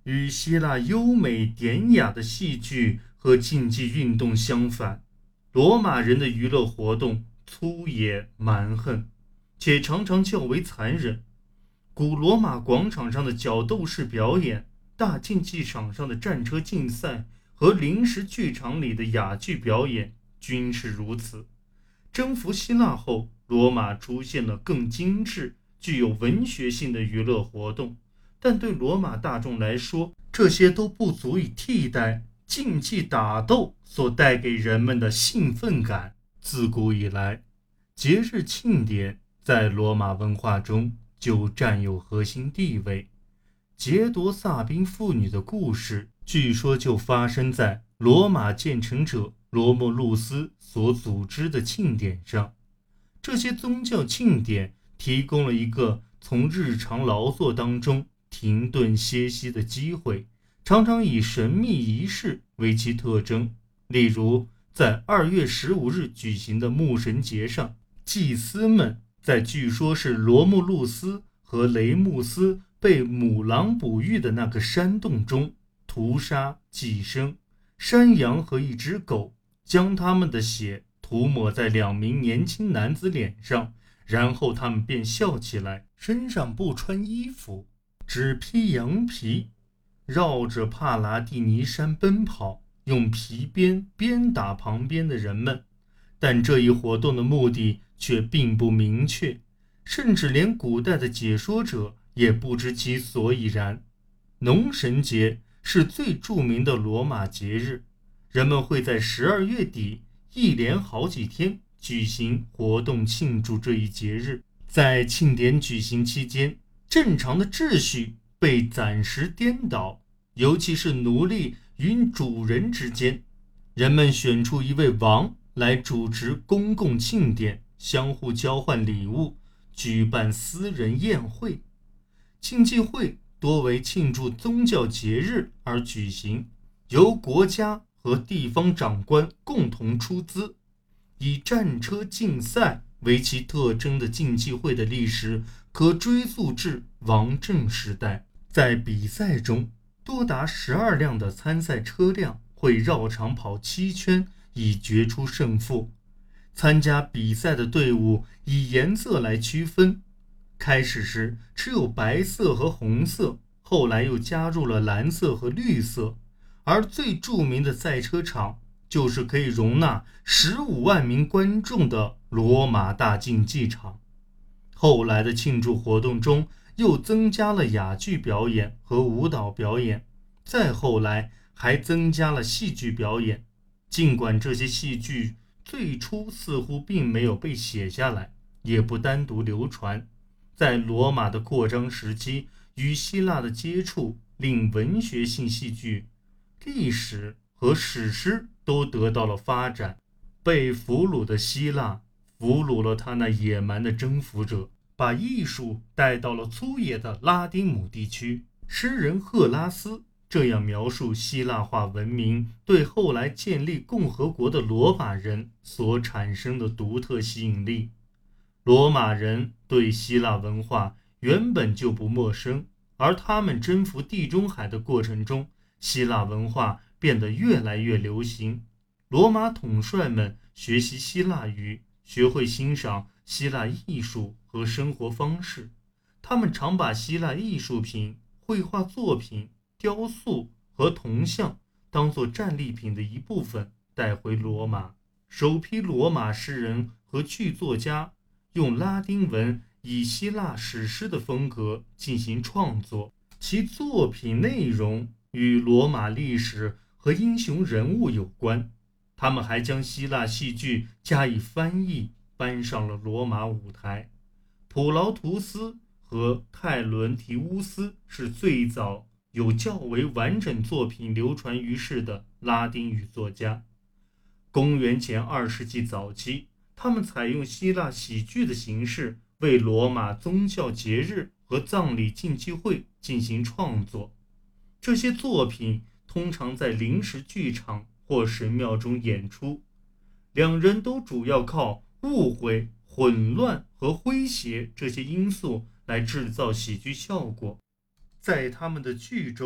与希腊优美典雅的戏剧和竞技运动相反，罗马人的娱乐活动粗野蛮横，且常常较为残忍。古罗马广场上的角斗士表演，大竞技场上的战车竞赛和临时剧场里的哑剧表演均是如此。征服希腊后，罗马出现了更精致、具有文学性的娱乐活动，但对罗马大众来说，这些都不足以替代竞技打斗所带给人们的兴奋感。自古以来，节日庆典在罗马文化中就占有核心地位。劫夺萨宾妇女的故事，据说就发生在罗马建成者罗慕路斯所组织的庆典上。这些宗教庆典提供了一个从日常劳作当中停顿歇息的机会，常常以神秘仪式为其特征。例如，在2月15日举行的牧神节上，祭司们在据说是罗慕路斯和雷穆斯被母狼哺育的那个山洞中屠杀寄生山羊和一只狗，将他们的血涂抹在2名年轻男子脸上，然后他们便笑起来，身上不穿衣服，只披羊皮，绕着帕拉蒂尼山奔跑，用皮鞭鞭打旁边的人们。但这一活动的目的却并不明确，甚至连古代的解说者也不知其所以然。农神节是最著名的罗马节日，人们会在12月底一连好几天举行活动庆祝这一节日。在庆典举行期间，正常的秩序被暂时颠倒，尤其是奴隶与主人之间。人们选出一位王来主持公共庆典，相互交换礼物，举办私人宴会。竞技会多为庆祝宗教节日而举行，由国家和地方长官共同出资。以战车竞赛为其特征的竞技会的历史可追溯至王政时代。在比赛中，多达12辆的参赛车辆会绕场跑7圈，以决出胜负。参加比赛的队伍以颜色来区分，开始时只有白色和红色，后来又加入了蓝色和绿色。而最著名的赛车场就是可以容纳15万名观众的罗马大竞技场。后来的庆祝活动中又增加了哑剧表演和舞蹈表演，再后来还增加了戏剧表演。尽管这些戏剧最初似乎并没有被写下来，也不单独流传，在罗马的扩张时期，与希腊的接触令文学性戏剧、历史和史诗都得到了发展。被俘虏的希腊俘虏了他那野蛮的征服者，把艺术带到了粗野的拉丁姆地区。诗人赫拉斯这样描述希腊化文明对后来建立共和国的罗马人所产生的独特吸引力。罗马人对希腊文化原本就不陌生，而他们征服地中海的过程中，希腊文化变得越来越流行。罗马统帅们学习希腊语，学会欣赏希腊艺术和生活方式。他们常把希腊艺术品、绘画作品、雕塑和铜像当作战利品的一部分带回罗马。首批罗马诗人和剧作家用拉丁文以希腊史诗的风格进行创作，其作品内容与罗马历史和英雄人物有关。他们还将希腊戏剧加以翻译，搬上了罗马舞台。普劳图斯和泰伦提乌斯是最早有较为完整作品流传于世的拉丁语作家。公元前2世纪早期，他们采用希腊喜剧的形式为罗马宗教节日和葬礼竞技会进行创作。这些作品通常在临时剧场或神庙中演出，两人都主要靠误会、混乱和诙谐这些因素来制造喜剧效果。在他们的剧中，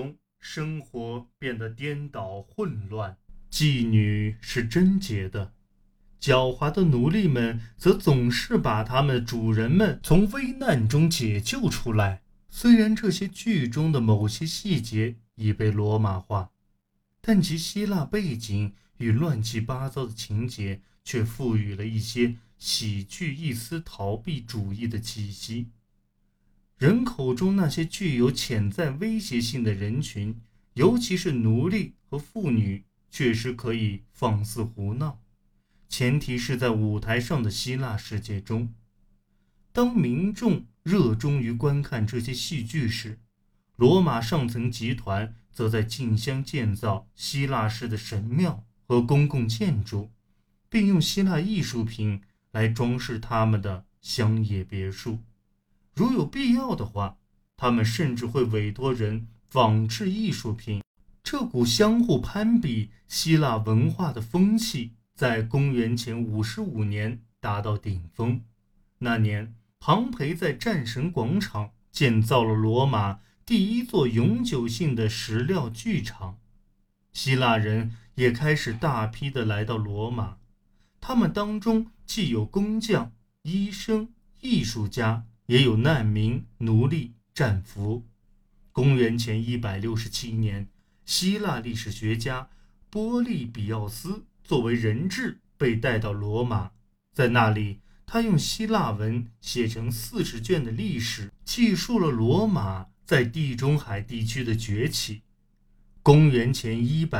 生活变得颠倒混乱。妓女是贞洁的，狡猾的奴隶们则总是把他们的主人们从危难中解救出来。虽然这些剧中的某些细节已被罗马化，但其希腊背景与乱七八糟的情节却赋予了一些喜剧一丝逃避主义的气息。人口中那些具有潜在威胁性的人群，尤其是奴隶和妇女，确实可以放肆胡闹，前提是在舞台上的希腊世界中。当民众热衷于观看这些戏剧时，罗马上层集团则在竞相建造希腊式的神庙和公共建筑，并用希腊艺术品来装饰他们的乡野别墅。如有必要的话，他们甚至会委托人仿制艺术品。这股相互攀比希腊文化的风气在公元前55年达到顶峰。那年，庞培在战神广场建造了罗马第一座永久性的石料剧场。希腊人也开始大批地来到罗马，他们当中既有工匠、医生、艺术家，也有难民、奴隶、战俘。公元前167年，希腊历史学家波利比奥斯作为人质被带到罗马，在那里他用希腊文写成40卷的历史，记述了罗马在地中海地区的崛起。公元前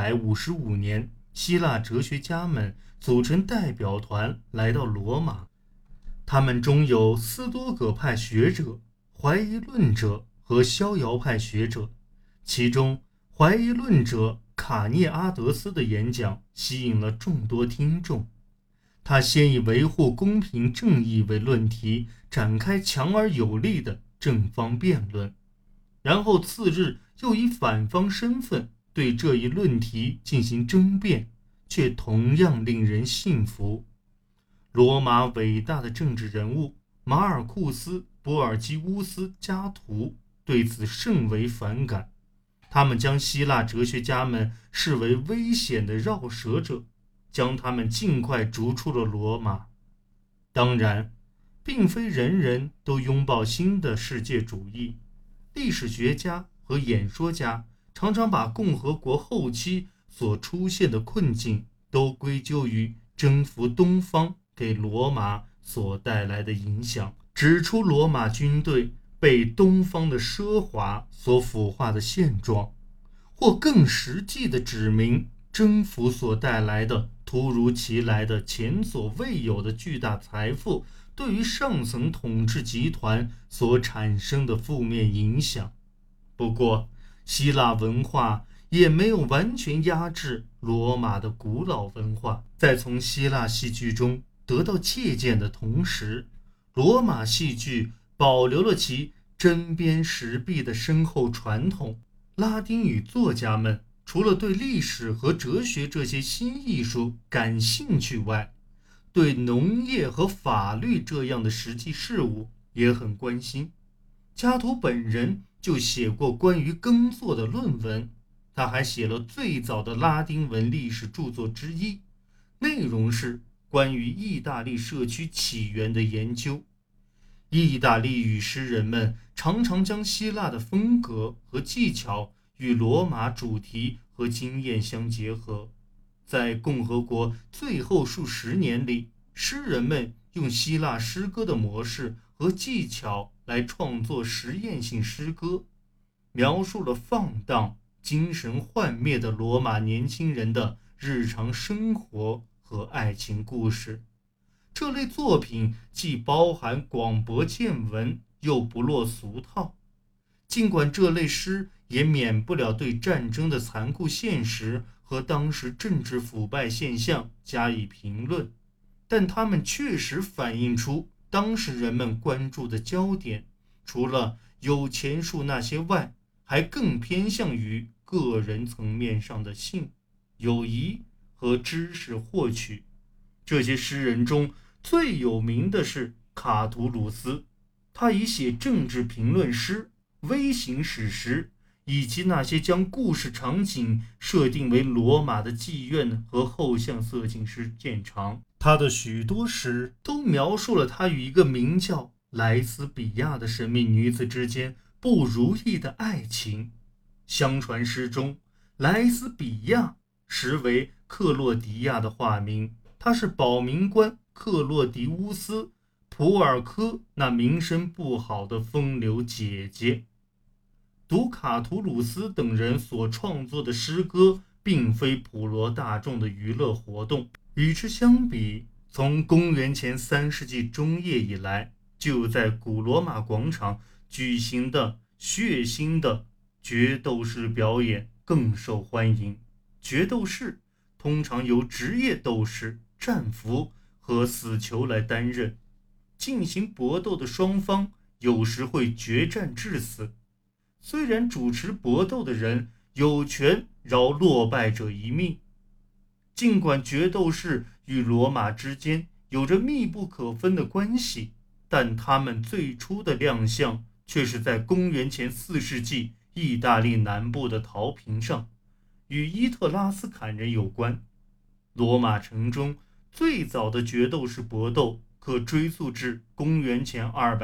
155年，希腊哲学家们组成代表团来到罗马，他们中有斯多葛派学者、怀疑论者和逍遥派学者。其中怀疑论者卡涅阿德斯的演讲吸引了众多听众。他先以维护公平正义为论题，展开强而有力的正方辩论，然后次日又以反方身份对这一论题进行争辩，却同样令人信服。罗马伟大的政治人物马尔库斯·博尔基乌斯加图对此甚为反感，他们将希腊哲学家们视为危险的绕舌者，将他们尽快逐出了罗马。当然，并非人人都拥抱新的世界主义，历史学家和演说家常常把共和国后期所出现的困境都归咎于征服东方给罗马所带来的影响，指出罗马军队被东方的奢华所腐化的现状，或更实际地指明征服所带来的突如其来的前所未有的巨大财富对于上层统治集团所产生的负面影响。不过，希腊文化也没有完全压制罗马的古老文化，在从希腊戏剧中得到借鉴的同时，罗马戏剧保留了其针砭时弊的深厚传统。拉丁语作家们除了对历史和哲学这些新艺术感兴趣外，对农业和法律这样的实际事务也很关心。加图本人就写过关于耕作的论文，他还写了最早的拉丁文历史著作之一，内容是关于意大利社区起源的研究。意大利语诗人们常常将希腊的风格和技巧与罗马主题和经验相结合。在共和国最后数十年里，诗人们用希腊诗歌的模式和技巧来创作实验性诗歌，描述了放荡、精神幻灭的罗马年轻人的日常生活和爱情故事。这类作品既包含广博见闻，又不落俗套。尽管这类诗也免不了对战争的残酷现实和当时政治腐败现象加以评论，但它们确实反映出当时人们关注的焦点，除了有前述那些外，还更偏向于个人层面上的性、友谊和知识获取。这些诗人中最有名的是卡图鲁斯，他以写政治评论诗、微型史实以及那些将故事场景设定为罗马的妓院和后巷色情事件场。他的许多诗都描述了他与一个名叫莱斯比亚的神秘女子之间不如意的爱情。相传诗中，莱斯比亚实为克洛迪亚的化名，她是保民官克洛迪乌斯普尔科那名声不好的风流姐姐。读卡图鲁斯等人所创作的诗歌并非普罗大众的娱乐活动，与之相比，从公元前3世纪中叶以来，就在古罗马广场举行的血腥的决斗士表演更受欢迎。决斗士通常由职业斗士、战俘和死囚来担任，进行搏斗的双方有时会决战致死。虽然主持搏斗的人有权饶落败者一命，尽管决斗士与罗马之间有着密不可分的关系，但他们最初的亮相却是在公元前4世纪意大利南部的陶瓶上，与伊特拉斯坎人有关。罗马城中最早的决斗士搏斗可追溯至公元前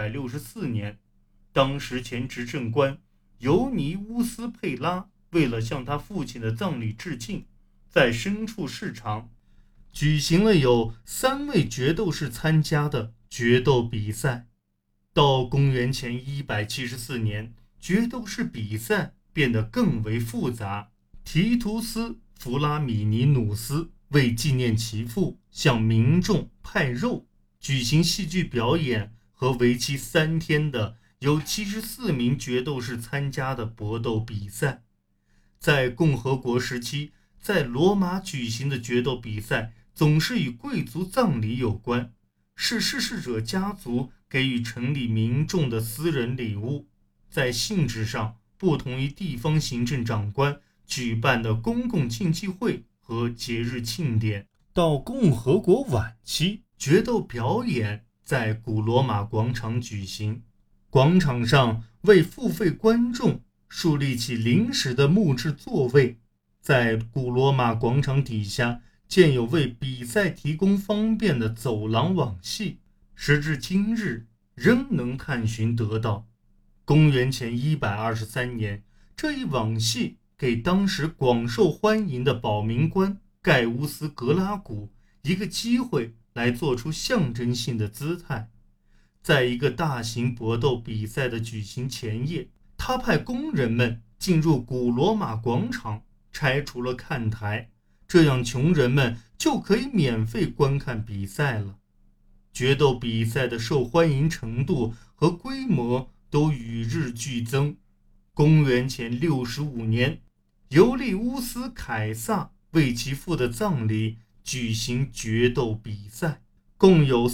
264年，当时前执政官尤尼乌斯佩拉为了向他父亲的葬礼致敬，在牲畜市场举行了有3位决斗士参加的决斗比赛。到公元前174年，决斗士比赛变得更为复杂。提图斯·弗拉米尼努斯为纪念其父，向民众派肉，举行戏剧表演和为期3天的有74名决斗士参加的搏斗比赛。在共和国时期，在罗马举行的决斗比赛总是与贵族葬礼有关，是逝世者家族给予城里民众的私人礼物，在性质上不同于地方行政长官举办的公共竞技会和节日庆典。到共和国晚期，决斗表演在古罗马广场举行，广场上为付费观众树立起临时的木质座位，在古罗马广场底下建有为比赛提供方便的走廊网系，时至今日仍能看寻得到。公元前123年，这一网系给当时广受欢迎的保民官盖乌斯·格拉古一个机会来做出象征性的姿态。在一个大型搏斗比赛的举行前夜，他派工人们进入古罗马广场，拆除了看台，这样穷人们就可以免费观看比赛了。决斗比赛的受欢迎程度和规模都与日俱增。公元前65年，尤利乌斯·凯撒为其父的葬礼举行决斗比赛，共有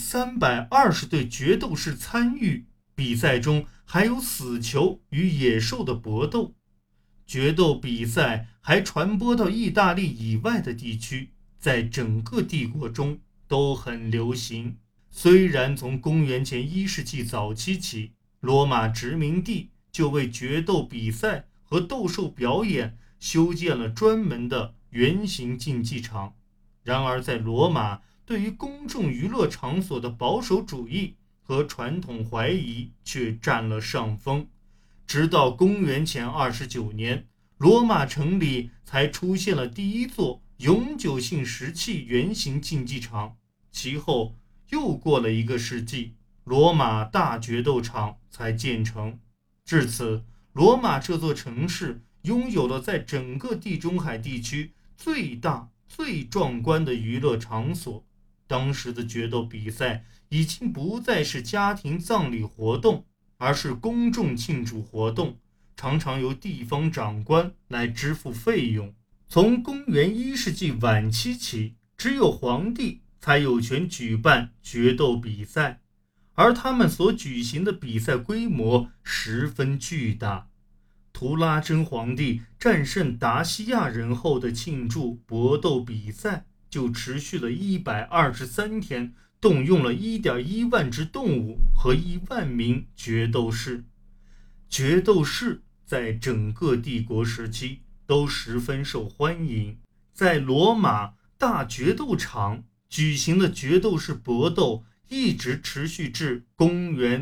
320对决斗士参与，比赛中还有死囚与野兽的搏斗。决斗比赛还传播到意大利以外的地区，在整个帝国中都很流行。虽然从公元前1世纪早期起，罗马殖民地就为决斗比赛和斗兽表演修建了专门的圆形竞技场，然而在罗马，对于公众娱乐场所的保守主义和传统怀疑却占了上风。直到公元前29年，罗马城里才出现了第一座永久性石器圆形竞技场，其后又过了1个世纪，罗马大决斗场才建成。至此，罗马这座城市拥有了在整个地中海地区最大最壮观的娱乐场所。当时的决斗比赛已经不再是家庭葬礼活动，而是公众庆祝活动，常常由地方长官来支付费用。从公元1世纪晚期起，只有皇帝才有权举办决斗比赛，而他们所举行的比赛规模十分巨大。图拉真皇帝战胜达西亚人后的庆祝搏斗比赛就持续了123天，动用了1.1万只动物和1万名决斗士。决斗士在整个帝国时期都十分受欢迎。在罗马大决斗场举行的决斗士搏斗一直持续至公元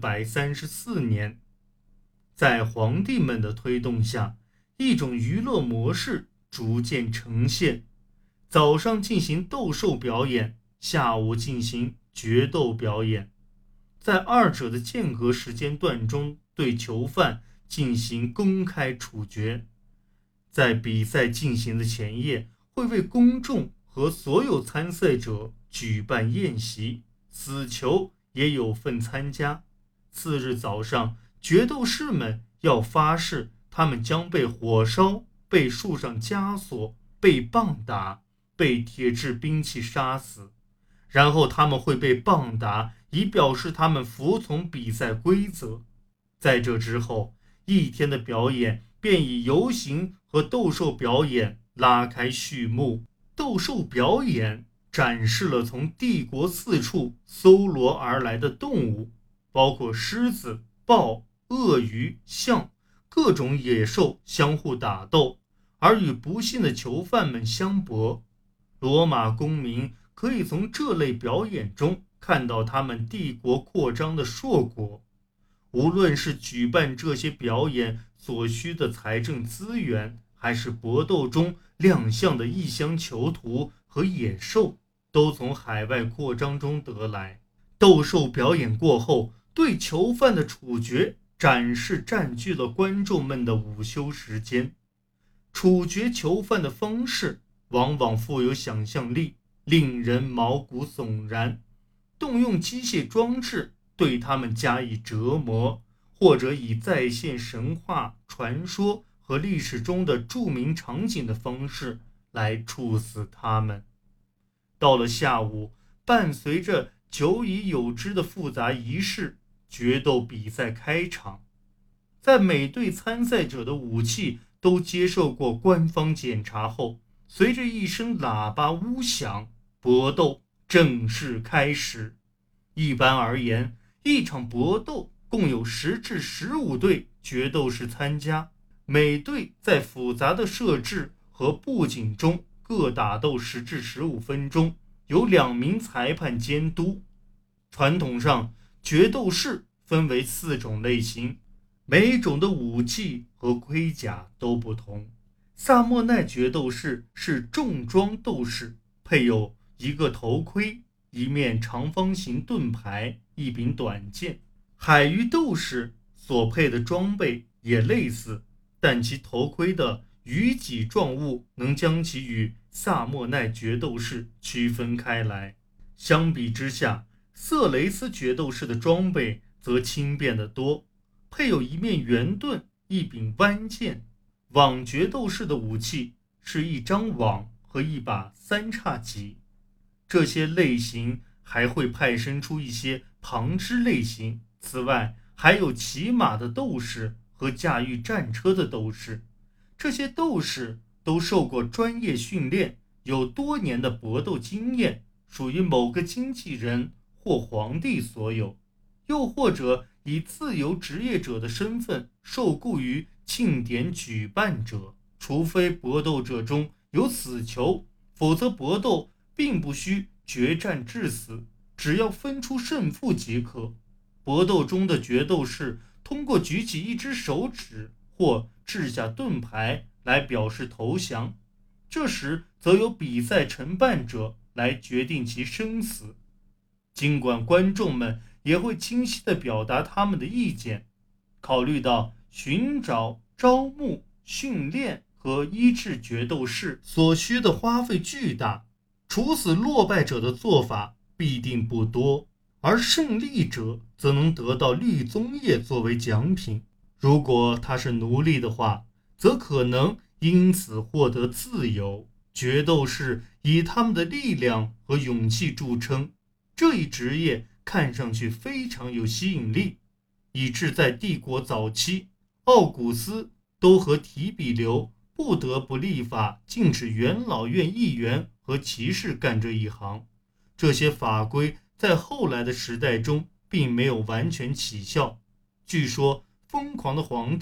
434年。在皇帝们的推动下，一种娱乐模式逐渐呈现，早上进行斗兽表演，下午进行决斗表演。在二者的间隔时间段中，对囚犯进行公开处决。在比赛进行的前夜，会为公众和所有参赛者举办宴席，死囚也有份参加。次日早上，决斗士们要发誓，他们将被火烧，被束上枷锁，被棒打，被铁制兵器杀死。然后他们会被棒打，以表示他们服从比赛规则。在这之后，一天的表演便以游行和斗兽表演拉开序幕。斗兽表演展示了从帝国四处搜罗而来的动物，包括狮子、豹、鳄鱼、象，各种野兽相互打斗，而与不幸的囚犯们相搏。罗马公民可以从这类表演中看到他们帝国扩张的硕果。无论是举办这些表演所需的财政资源，还是搏斗中亮相的异乡囚徒和野兽，都从海外扩张中得来。斗兽表演过后，对囚犯的处决展示占据了观众们的午休时间。处决囚犯的方式往往富有想象力，令人毛骨悚然。动用机械装置对他们加以折磨，或者以再现神话、传说和历史中的著名场景的方式来处死他们。到了下午，伴随着久已有之的复杂仪式，决斗比赛开场。在每队参赛者的武器都接受过官方检查后，随着一声喇叭呜响，搏斗正式开始。一般而言，一场搏斗共有10至15队决斗士参加，每队在复杂的设置和布景中各打斗10至15分钟，由2名裁判监督。传统上，决斗士分为4种类型，每种的武器和盔甲都不同。萨莫奈决斗士是重装斗士，配有一个头盔、一面长方形盾牌、一柄短剑。海鱼斗士所配的装备也类似，但其头盔的鱼脊状物能将其与萨莫奈决斗士区分开来。相比之下，色雷斯决斗士的装备则轻便得多，配有一面圆盾、一柄弯剑。网决斗士的武器是一张网和一把3叉戟。这些类型还会派生出一些旁支类型，此外还有骑马的斗士和驾驭战车的斗士。这些斗士都受过专业训练，有多年的搏斗经验，属于某个经纪人或皇帝所有，又或者以自由职业者的身份受雇于庆典举办者。除非搏斗者中有死囚，否则搏斗并不需决战致死，只要分出胜负即可。搏斗中的决斗士通过举起一只手指或掷下盾牌来表示投降，这时则由比赛承办者来决定其生死。尽管观众们也会清晰地表达他们的意见，考虑到寻找、招募、训练和医治决斗士所需的花费巨大，处死落败者的做法必定不多，而胜利者则能得到绿棕叶作为奖品。如果他是奴隶的话，则可能因此获得自由。决斗士以他们的力量和勇气著称，这一职业看上去非常有吸引力，以致在帝国早期，奥古斯都和提比留不得不立法禁止元老院议员和骑士干这一行。这些法规在后来的时代中并没有完全起效。据说疯狂的皇帝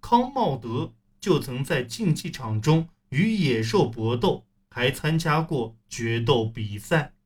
康茂德就曾在竞技场中与野兽搏斗，还参加过决斗比赛。